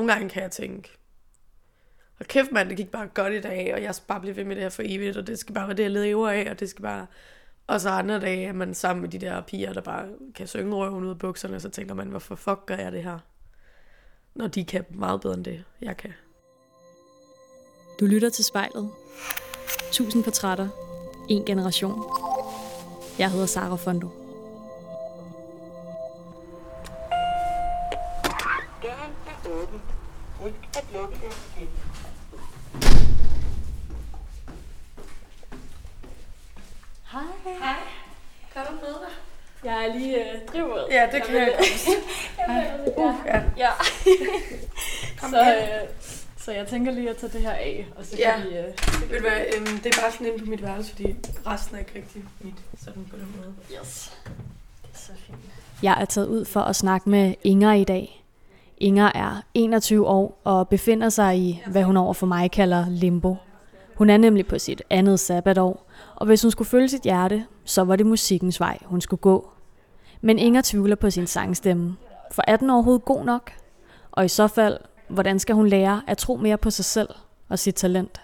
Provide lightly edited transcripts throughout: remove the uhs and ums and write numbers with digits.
nogle gange kan jeg tænke, og kæft mand, det gik bare godt i dag, og jeg skal bare blive ved med det her for evigt, og det skal bare være det, jeg lever af, og det skal bare... Og så andre dage er man sammen med de der piger, der bare kan synge røven ud af bukserne, og så tænker man, hvorfor fuck gør jeg det her? Når de kan meget bedre end det, jeg kan. Du lytter til Spejlet. 1000 portrætter. En generation. Jeg hedder Sara Fondo. Døren er åben. Husk at lukke den igen. Hej. Kan du med dig? Jeg er lige driver. Ja, det kan jeg godt. Ja. Så jeg tænker lige at tage det her af, og så kan vi... Ved du hvad, det er bare sådan inde på mit værelse, fordi resten er ikke rigtig mit, sådan på den måde. Yes. Det er så fint. Jeg er taget ud for at snakke med Inger i dag. Inger er 21 år og befinder sig i, hvad hun over for mig kalder limbo. Hun er nemlig på sit andet sabbatår, og hvis hun skulle følge sit hjerte, så var det musikkens vej, hun skulle gå. Men Inger tvivler på sin sangstemme. For er den overhovedet god nok? Og i så fald, hvordan skal hun lære at tro mere på sig selv og sit talent?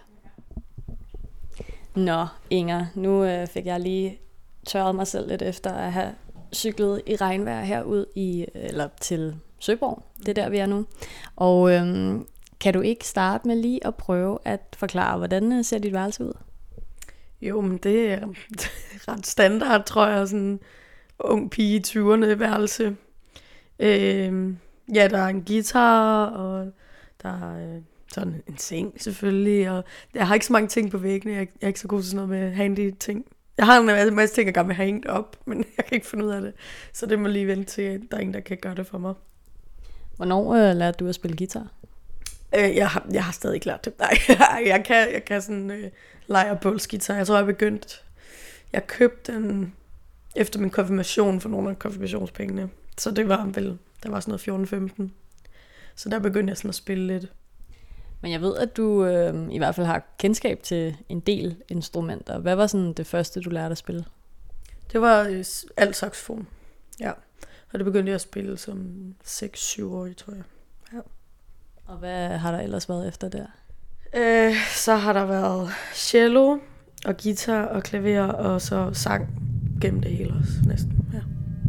Nå, Inger, nu fik jeg lige tørret mig selv lidt efter at have cyklet i regnvejr herud til Søborg. Det er der, vi er nu. Og kan du ikke starte med lige at prøve at forklare, hvordan ser dit værelse ud? Jo, men det er ret standard, tror jeg, sådan en ung pige i 20'erne værelse. Ja, der er en guitar, og der er sådan en seng selvfølgelig, og jeg har ikke så mange ting på væggene. Jeg er ikke så god til sådan noget med handy ting. Jeg har en masse ting, jeg gerne vil have hængt op, men jeg kan ikke finde ud af det. Så det må lige vente til, at der er en, der kan gøre det for mig. Hvornår lærte du at spille guitar? Jeg har stadig ikke lært det. Nej, jeg kan sådan lege og bålsguitar. Jeg tror, jeg købte den efter min konfirmation for nogle af konfirmationspengene. Så det var der var sådan noget 14-15. Så der begyndte jeg sådan at spille lidt. Men jeg ved, at du i hvert fald har kendskab til en del instrumenter. Hvad var sådan det første, du lærte at spille? Det var altsaxofon. Ja. Og det begyndte jeg at spille som 6-7 år, tror jeg. Ja. Og hvad har der ellers været efter der? Så har der været cello og guitar og klaver og så sang gennem det hele også næsten. Ja.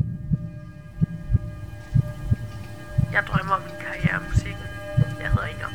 Jeg drømmer om min karriere i musikken. Jeg hedder Inger.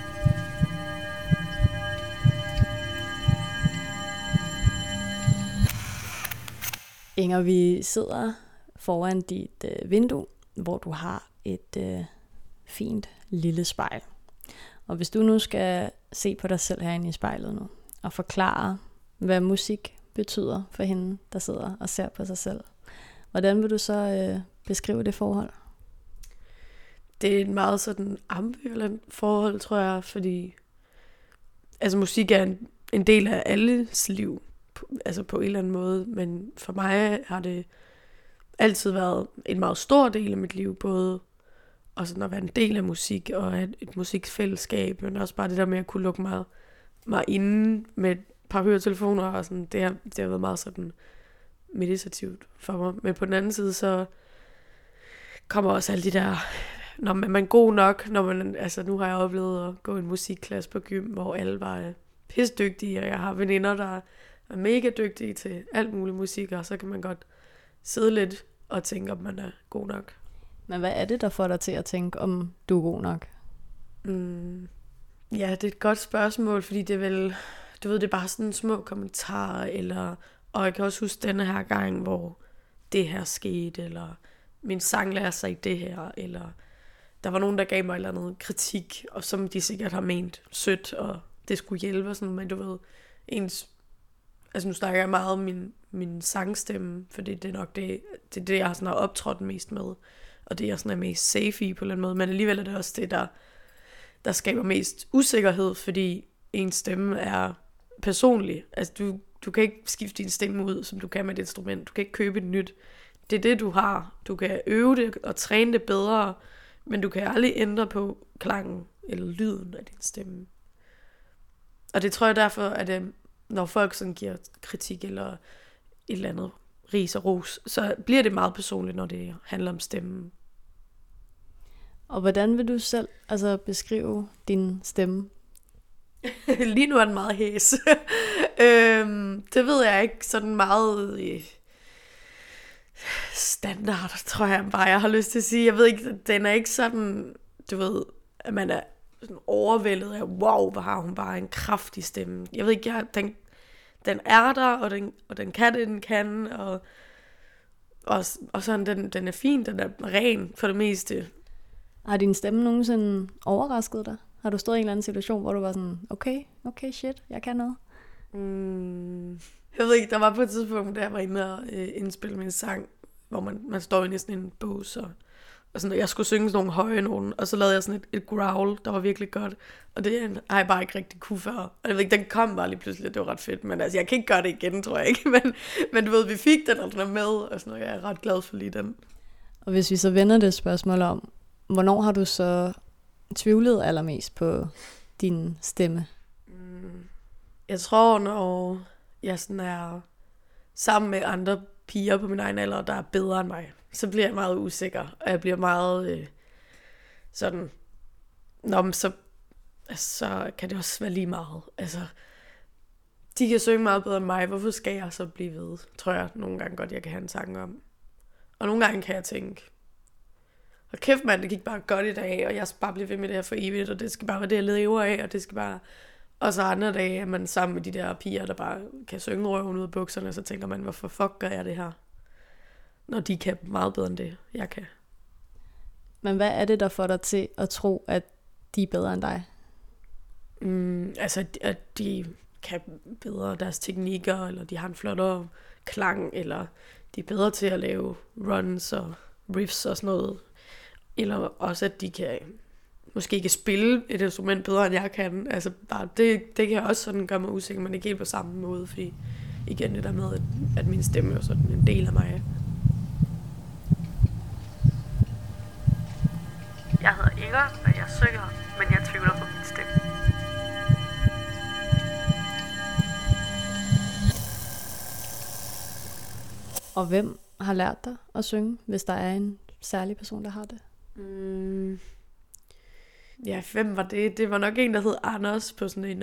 Inger, vi sidder foran dit vindue, hvor du har et fint lille spejl. Og hvis du nu skal se på dig selv herinde i spejlet nu, og forklare, hvad musik betyder for hende, der sidder og ser på sig selv, hvordan vil du så beskrive det forhold? Det er et meget sådan ambivalent forhold, tror jeg, fordi altså musik er en del af alles liv, altså på en eller anden måde, men for mig har det altid været en meget stor del af mit liv, både og sådan at være en del af musik og have et musikfællesskab, men også bare det der med at kunne lukke mig inde med et par høretelefoner og sådan, det har været meget sådan meditativt for mig. Men på den anden side, så kommer også alle de der, når man er god nok, altså nu har jeg oplevet at gå i en musikklasse på gym, hvor alle var pisdygtige, og jeg har veninder, der er mega dygtige til alt muligt musik, og så kan man godt sidde lidt og tænke, om man er god nok. Men hvad er det, der får dig til at tænke, om du er god nok? Ja, det er et godt spørgsmål, fordi det er vel, du ved, det er bare sådan små kommentarer, og jeg kan også huske denne her gang, hvor det her skete, eller min sanglærer sagde det her, eller der var nogen, der gav mig et eller andet kritik, og som de sikkert har ment sødt, og det skulle hjælpe, og sådan, men du ved, altså nu snakker jeg meget om min sangstemme, fordi det er nok det, jeg sådan har optrådt mest med, og det jeg sådan er mest safe i på en eller anden måde, men alligevel er det også det, der skaber mest usikkerhed, fordi ens stemme er personlig. Altså du kan ikke skifte din stemme ud, som du kan med et instrument. Du kan ikke købe et nyt. Det er det, du har. Du kan øve det og træne det bedre, men du kan aldrig ændre på klangen eller lyden af din stemme. Og det tror jeg derfor, at når folk sådan giver kritik eller et eller andet ris og ros, så bliver det meget personligt, når det handler om stemmen. Og hvordan vil du selv beskrive din stemme? Lige nu er den meget hæs. Det ved jeg ikke sådan meget standard, tror jeg bare, jeg har lyst til at sige. Jeg ved ikke, den er ikke sådan, du ved, at man er sådan overvældet af, wow, hvor har hun bare en kraftig stemme. Jeg ved ikke, den er der, og den kan det, den kan, og sådan, den er fin, den er ren for det meste. Har din stemme nogensinde overrasket dig? Har du stået i en eller anden situation, hvor du var sådan, okay, shit, jeg kan noget? Jeg ved ikke, der var på et tidspunkt, da jeg var inde og indspille min sang, hvor man står inde i sådan en bås, og sådan, jeg skulle synge sådan nogle høje nogen, og så lavede jeg sådan et growl, der var virkelig godt, og det har jeg bare ikke rigtig kunne før. Og jeg ved ikke, den kom bare lige pludselig, det var ret fedt, men altså, jeg kan ikke gøre det igen, tror jeg ikke, men du ved, vi fik den, og den er med, og sådan noget, jeg er ret glad for lige den. Og hvis vi så vender det spørgsmål om, hvornår har du så tvivlet allermest på din stemme? Jeg tror, når jeg sådan er sammen med andre piger på min egen alder, der er bedre end mig, så bliver jeg meget usikker, og jeg bliver meget sådan, så kan det også være lige meget. Altså, de kan synge meget bedre end mig, hvorfor skal jeg så blive ved? Tror jeg nogle gange godt, jeg kan have en sang om. Og nogle gange kan jeg tænke, og kæft mand, det gik bare godt i dag, og jeg skal bare blive ved med det her for evigt, og det skal bare være det, jeg lever af, og det skal bare... Og så andre dage er man sammen med de der piger, der bare kan synge røven ud af bukserne, så tænker man, hvorfor fuck gør jeg det her? Når de kan meget bedre end det, jeg kan. Men hvad er det, der får dig til at tro, at de er bedre end dig? Altså, at de kan bedre deres teknikker, eller de har en flottere klang, eller de er bedre til at lave runs og riffs og sådan noget. Eller også, at de kan måske kan spille et instrument bedre, end jeg kan. Altså, bare det kan også sådan gøre mig usikker, men ikke helt på samme måde, fordi igen det der med, at min stemme er sådan en del af mig. Jeg hedder Inger, og jeg synger, men jeg tvivler på min stemme. Og hvem har lært dig at synge, hvis der er en særlig person, der har det? Ja, hvem var det? Det var nok en, der hed Anders på sådan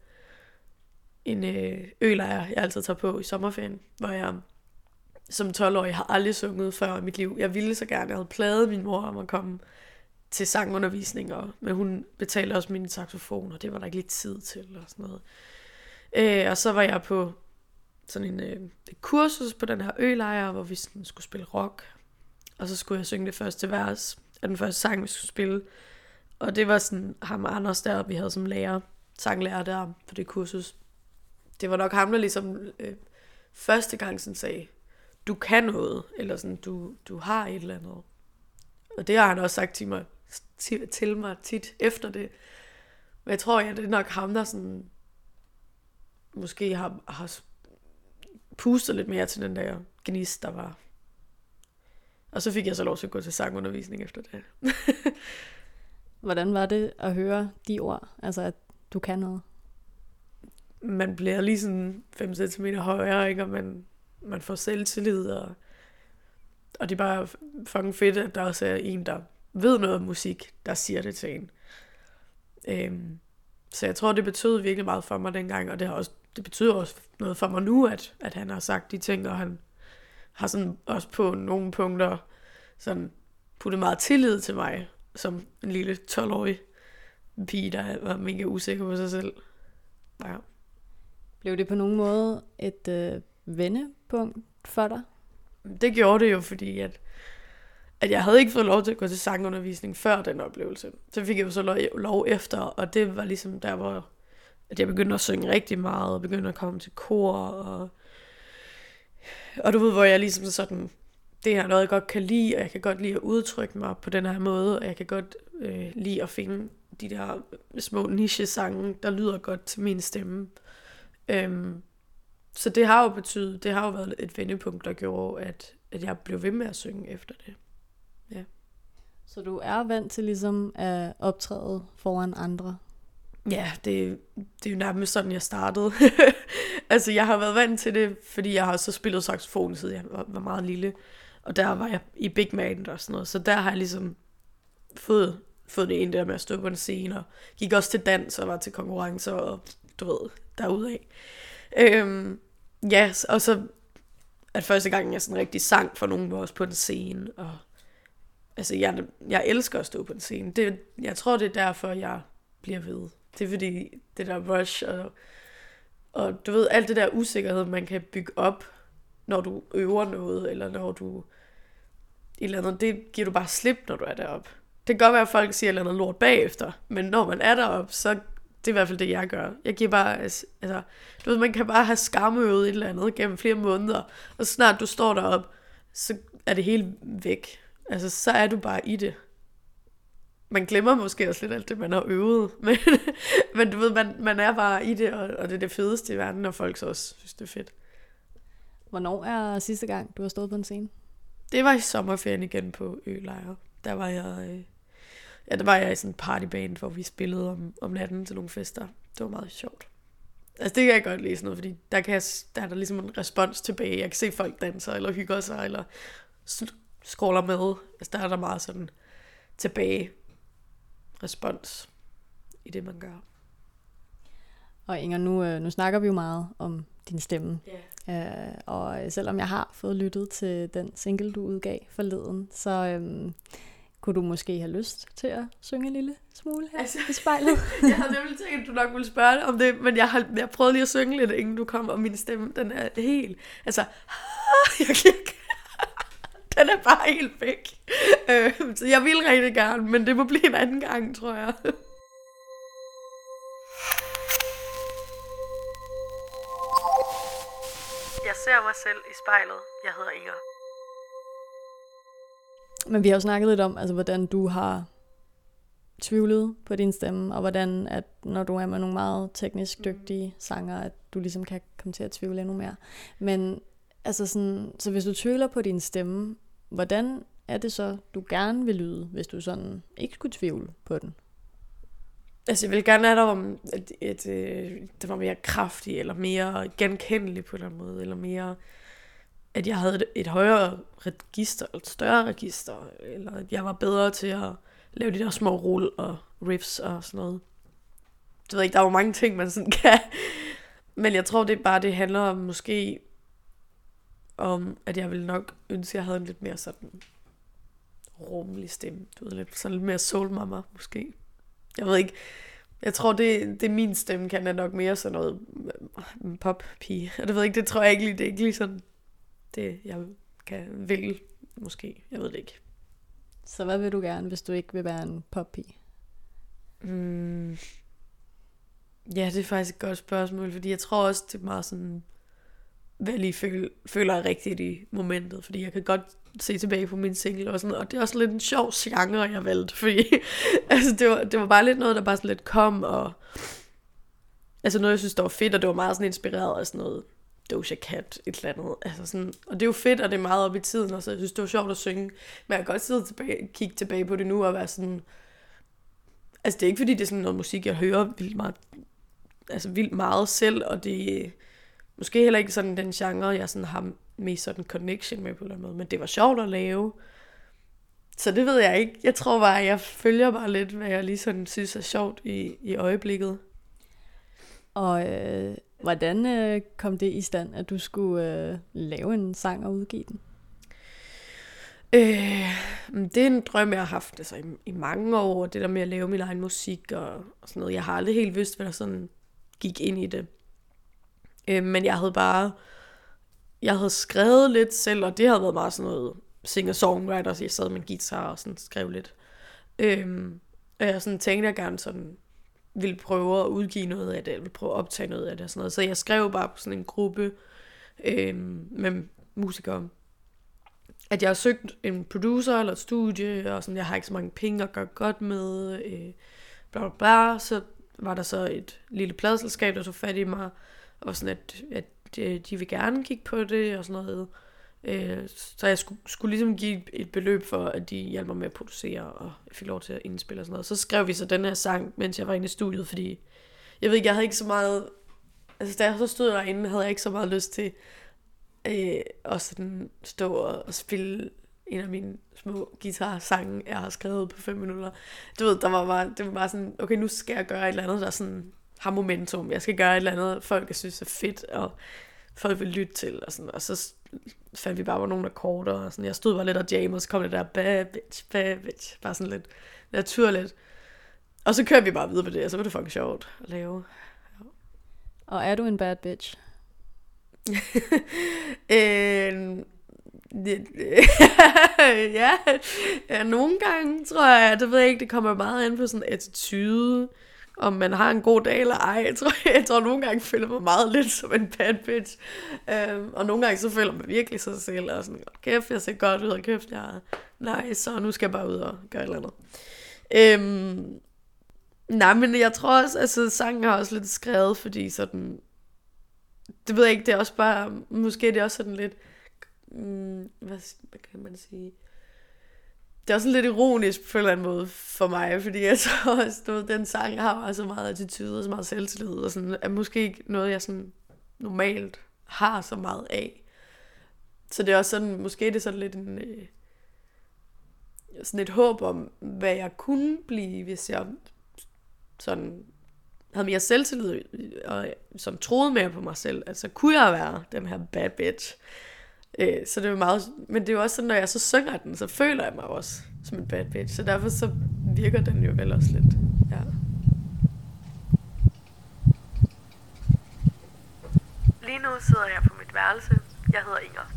en ølejr, jeg altid tager på i sommerferien, hvor jeg som 12-årig har aldrig sunget før i mit liv. Jeg ville så gerne, jeg havde plaget min mor om at komme til sangundervisning, men hun betalte også min saxofon, og det var der ikke lidt tid til og sådan noget. Og så var jeg på sådan et kursus på den her ølejr, hvor vi sådan skulle spille rock, og så skulle jeg synge det første vers af den første sang, vi skulle spille. Og det var sådan ham og Anders der, vi havde som lærer, sanglærer der på det kursus. Det var nok ham, der ligesom første gang sådan sagde, du kan noget, eller sådan, du har et eller andet. Og det har han også sagt til mig tit efter det. Men jeg tror, det er nok ham, der sådan, måske har pustet lidt mere til den der gnist, der var. Og så fik jeg så lov til at gå til sangundervisning efter det. Hvordan var det at høre de ord, altså at du kan noget? Man bliver lige sådan 5 cm højere, ikke? Og man får selvtillid, og det er bare fucking fedt, at der også er en, der ved noget om musik, der siger det til en. Så jeg tror, det betød virkelig meget for mig dengang, og det betyder også noget for mig nu, at han har sagt de ting, og han har sådan også på nogle punkter sådan puttet meget tillid til mig, som en lille 12-årig pige, der var mega usikker på sig selv. Ja. Blev det på nogen måde et vendepunkt for dig? Det gjorde det jo, fordi at jeg havde ikke fået lov til at gå til sangundervisning før den oplevelse. Så fik jeg jo så lov efter, og det var ligesom der, hvor at jeg begyndte at synge rigtig meget, og begyndte at komme til kor, og du ved, hvor jeg ligesom sådan, det her er noget, jeg godt kan lide, og jeg kan godt lide at udtrykke mig på den her måde, og jeg kan godt lide at finde de der små niche-sange, der lyder godt til min stemme. Så det har jo været et vendepunkt, der gjorde, at jeg blev ved med at synge efter det. Ja. Så du er vant til ligesom at optræde foran andre? Ja, det er jo nærmest sådan, jeg startede. Altså, jeg har været vant til det, fordi jeg har så spillet saxofon, siden jeg var meget lille. Og der var jeg i Big Band og sådan noget. Så der har jeg ligesom fået det ind der med at stå på en scene, og gik også til dans og var til konkurrencer, og du ved, derudad. Ja, og så at første gang jeg sådan rigtig sang for nogen var også på en scene, og altså jeg elsker at stå på en scene. Jeg tror det er derfor jeg bliver ved. Det er fordi det der rush og du ved alt det der usikkerhed man kan bygge op når du øver noget, eller når du et eller andet, det giver du bare slip når du er deroppe. Det kan godt være at folk siger et eller andet lort bagefter, men når man er deroppe, så det er i hvert fald det jeg gør. Jeg giver bare altså du ved man kan bare have skamøvet et eller andet gennem flere måneder, og snart du står deroppe, så er det hele væk. Altså, så er du bare i det. Man glemmer måske også lidt alt det, man har øvet. Men du ved, man er bare i det, og det er det fedeste i verden, og folk så også synes, det er fedt. Hvornår er sidste gang, du har stået på en scene? Det var i sommerferien igen på Ølejre. Der var jeg i sådan en partyband, hvor vi spillede om natten til nogle fester. Det var meget sjovt. Altså det kan jeg godt lide sådan noget, fordi der er der ligesom en respons tilbage. Jeg kan se folk danser, eller hygger sig, eller scroller med. Altså der er der meget sådan tilbage respons i det, man gør. Og Inger, nu snakker vi jo meget om din stemme. Yeah. Og selvom jeg har fået lyttet til den single, du udgav forleden, så kunne du måske have lyst til at synge en lille smule her i spejlet? Jeg havde nemlig tænkt, at du nok ville spørge om det, men jeg prøvede lige at synge lidt, inden du kom, og min stemme, den er helt, altså, den er bare helt væk. Så jeg vil rigtig gerne, men det må blive en anden gang, tror jeg. Jeg ser mig selv i spejlet. Jeg hedder Inger. Men vi har jo snakket lidt om, altså, hvordan du har tvivlet på din stemme, og hvordan, at når du er med nogle meget teknisk dygtige sanger, at du ligesom kan komme til at tvivle endnu mere. Men altså sådan, så hvis du tvivler på din stemme, hvordan er det så, du gerne vil lyde, hvis du sådan ikke skulle tvivle på den? Altså jeg vil gerne have at det var mere kraftig, eller mere genkendelig på en eller anden måde, eller mere, at jeg havde et højere register, et større register, eller at jeg var bedre til at lave de der små rull og riffs og sådan noget. Jeg ved ikke, der er jo mange ting, man sådan kan, men jeg tror, det handler om måske om, at jeg ville nok ønske, at jeg havde en lidt mere sådan rummelig stemme. Du ved, lidt mere soul mama, måske. Jeg ved ikke. Jeg tror, det min stemme kan er nok mere sådan noget pop-pige. Og det ved jeg ikke, det tror jeg ikke lige. Det er ikke lige sådan, det jeg vil, måske. Jeg ved det ikke. Så hvad vil du gerne, hvis du ikke vil være en pop-pige? Ja, det er faktisk et godt spørgsmål, fordi jeg tror også, det er meget sådan, hvad jeg lige føler er rigtigt i momentet, fordi jeg kan godt se tilbage på min single og sådan, og det er også lidt en sjov genre, jeg valgte, fordi altså, det var bare lidt noget, der bare sådan lidt kom, og altså noget, jeg synes, der var fedt, og det var meget sådan inspireret af sådan noget Doja Cat, et eller andet, altså sådan, og det er jo fedt, og det er meget op i tiden, og så jeg synes, det var sjovt at synge, men jeg kan godt kigge tilbage på det nu, og være sådan, altså det er ikke fordi, det er sådan noget musik, jeg hører vildt meget selv, og det er måske heller ikke sådan den genre, jeg sådan har mest sådan connection med på den måde, men det var sjovt at lave. Så det ved jeg ikke. Jeg tror bare, jeg følger bare lidt, hvad jeg lige sådan synes er sjovt i øjeblikket. Og hvordan kom det i stand, at du skulle lave en sang og udgive den? Det er en drøm, jeg har haft altså, i mange år, det der med at lave min egen musik og sådan noget. Jeg har aldrig helt vidst, hvad der sådan gik ind i det. Men jeg havde skrevet lidt selv, og det havde været meget sådan noget singer-songwriter, så jeg sad med en guitar og sådan skrev lidt. Og jeg sådan tænkte, at jeg gerne sådan ville prøve at udgive noget af det, eller ville prøve at optage noget af det og sådan noget. Så jeg skrev bare på sådan en gruppe med musikere, at jeg har søgt en producer eller et studie, og sådan, jeg har ikke så mange penge at gøre godt med, bla bla bla. Så var der så et lille pladeselskab, der tog fat i mig, og sådan at de vil gerne kigge på det og sådan noget. Så jeg skulle ligesom give et beløb for, at de hjalp mig med at producere, og jeg fik lov til at indspille og sådan noget. Så skrev vi så den her sang, mens jeg var inde i studiet, fordi jeg ved ikke, jeg havde ikke så meget, altså da jeg så stod derinde, havde jeg ikke så meget lyst til at sådan stå og spille en af mine små guitarsange, jeg har skrevet på 5 minutter. Du ved, det var bare sådan, okay, nu skal jeg gøre et eller andet, der sådan har momentum. Jeg skal gøre et eller andet, folk synes er fedt, og folk vil lytte til, og sådan. Og så fandt vi bare nogle akkorder, og sådan. Jeg stod bare lidt og jammede, og så kom det der, bad bitch, bare sådan lidt naturligt. Og så kørte vi bare videre på det, og så var det fucking sjovt at lave. Ja. Og er du en bad bitch? ja, nogle gange tror jeg, det ved jeg ikke, det kommer meget an på sådan attitude, om man har en god dag eller ej. Jeg tror nogle gange føler mig meget lidt som en bad bitch, og nogle gange så føler man virkelig sig selv, og sådan, kæft, jeg ser godt ud, og kæft, jeg er nice, så nu skal jeg bare ud og gøre et eller andet. Nej, men jeg tror også, altså sangen har også lidt skrevet, fordi sådan, det ved jeg ikke, det er også bare, måske det er også sådan lidt, hvad kan man sige, det er også sådan lidt ironisk på en eller anden måde for mig, fordi jeg tror også, den sang har bare så meget attitude og så meget selvtillid, og sådan, er måske ikke noget, jeg sådan normalt har så meget af. Så det er også sådan, måske det er sådan lidt sådan et håb om, hvad jeg kunne blive, hvis jeg sådan havde mere selvtillid og sådan troede mere på mig selv. Altså kunne jeg være den her bad bitch. Så det er meget, men det er jo også sådan, når jeg så synger den, så føler jeg mig også som en bad bitch. Så derfor så virker den jo vel også lidt. Ja. Lige nu sidder jeg på mit værelse. Jeg hedder Inger.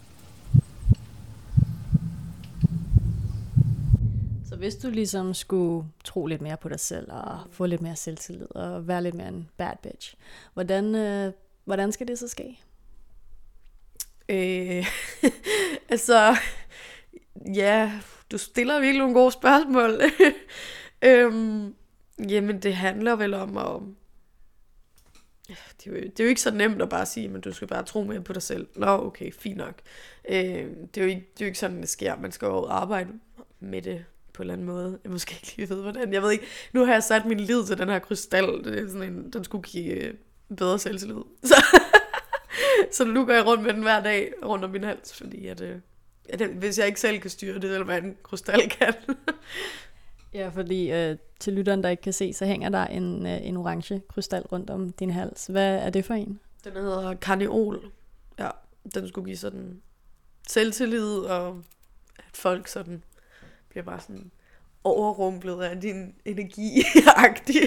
Så hvis du ligesom skulle tro lidt mere på dig selv, og få lidt mere selvtillid, og være lidt mere en bad bitch, hvordan skal det så ske? Altså, ja, du stiller virkelig nogle gode spørgsmål. Jamen, det handler vel om at... Det er jo ikke så nemt at bare sige, men du skal bare tro mere på dig selv. Nå, okay, fint nok. Det er jo ikke sådan, det sker. Man skal jo arbejde med det på en eller anden måde. Jeg måske ikke lige ved, hvordan. Jeg ved ikke. Nu har jeg sat min lid til den her krystal. Det er sådan en, den skulle give bedre selvtillid. Så nu går jeg rundt med den hver dag rundt om min hals, fordi hvis jeg ikke selv kan styre det, eller hvad en krystal kan. Ja, fordi til lytteren, der ikke kan se, så hænger der en orange krystal rundt om din hals. Hvad er det for en? Den hedder karneol. Ja, den skulle give sådan selvtillid, og at folk sådan bliver bare sådan overrumplet af din energi-agtig.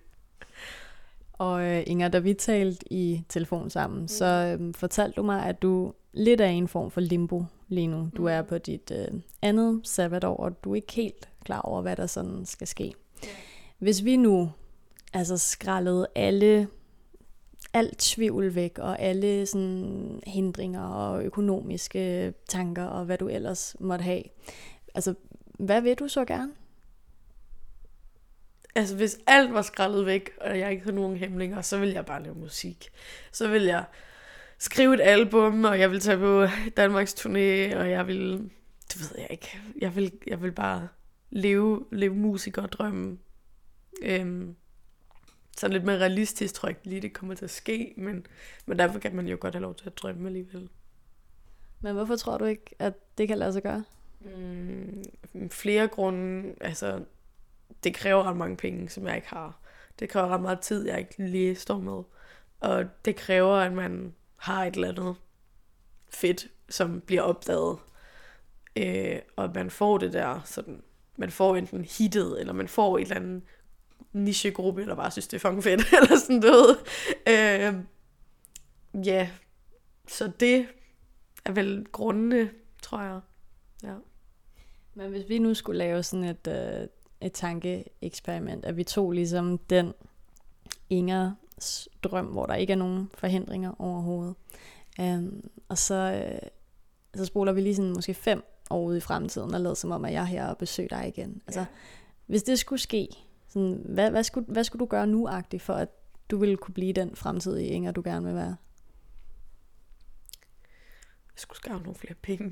Og Inger, da vi talte i telefon sammen, så fortalte du mig, at du lidt er i en form for limbo lige nu. Du er på dit andet sabbatår, og du er ikke helt klar over, hvad der sådan skal ske. Hvis vi nu altså skrællede alt tvivl væk, og alle sådan hindringer og økonomiske tanker, og hvad du ellers måtte have, altså hvad vil du så gerne? Altså hvis alt var skrællet væk, og jeg ikke havde nogen hæmninger, så ville jeg bare lave musik. Så ville jeg skrive et album, og jeg ville tage på Danmarks turné, og jeg ville, det ved jeg ikke, jeg vil bare leve musikerdrømmen. Sådan lidt mere realistisk, tror jeg ikke lige, det kommer til at ske, men derfor kan man jo godt have lov til at drømme alligevel. Men hvorfor tror du ikke, at det kan lade sig gøre? Flere grunde, altså det kræver ret mange penge, som jeg ikke har. Det kræver ret meget tid, jeg ikke lige står med. Og det kræver, at man har et eller andet fedt, som bliver opdaget. Og man får det der, sådan, man får enten hittet, eller man får et eller andet nichegruppe, der bare synes, det er fucking fedt, eller sådan noget. Ja, så det er vel grundene, tror jeg. Ja. Men hvis vi nu skulle lave sådan et tankeeksperiment, at vi tog ligesom den Ingers drøm, hvor der ikke er nogen forhindringer overhovedet, og så spoler vi lige sådan måske 5 år ude i fremtiden, og lader som om, at jeg er her og besøger dig igen. Altså, hvis det skulle ske, sådan, hvad skulle du gøre nu-agtigt, for at du ville kunne blive den fremtidige Inger, du gerne vil være? Jeg skulle skaffe nogle flere penge.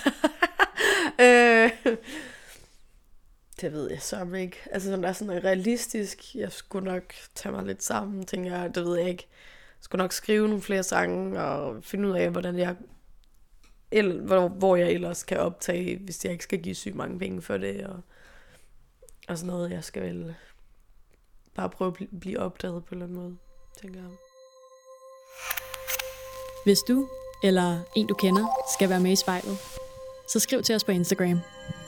Det ved jeg så ikke. Altså sådan, der er sådan realistisk. Jeg skulle nok tage mig lidt sammen, tænker jeg. Det ved jeg ikke. Jeg skulle nok skrive nogle flere sange og finde ud af, hvordan jeg eller hvor jeg ellers kan optage, hvis jeg ikke skal give sygt mange penge for det, og sådan noget. Jeg skal vel bare prøve at blive opdaget på en eller anden måde, tænker jeg. Hvis du eller en du kender skal være med i spejlet, så skriv til os på Instagram.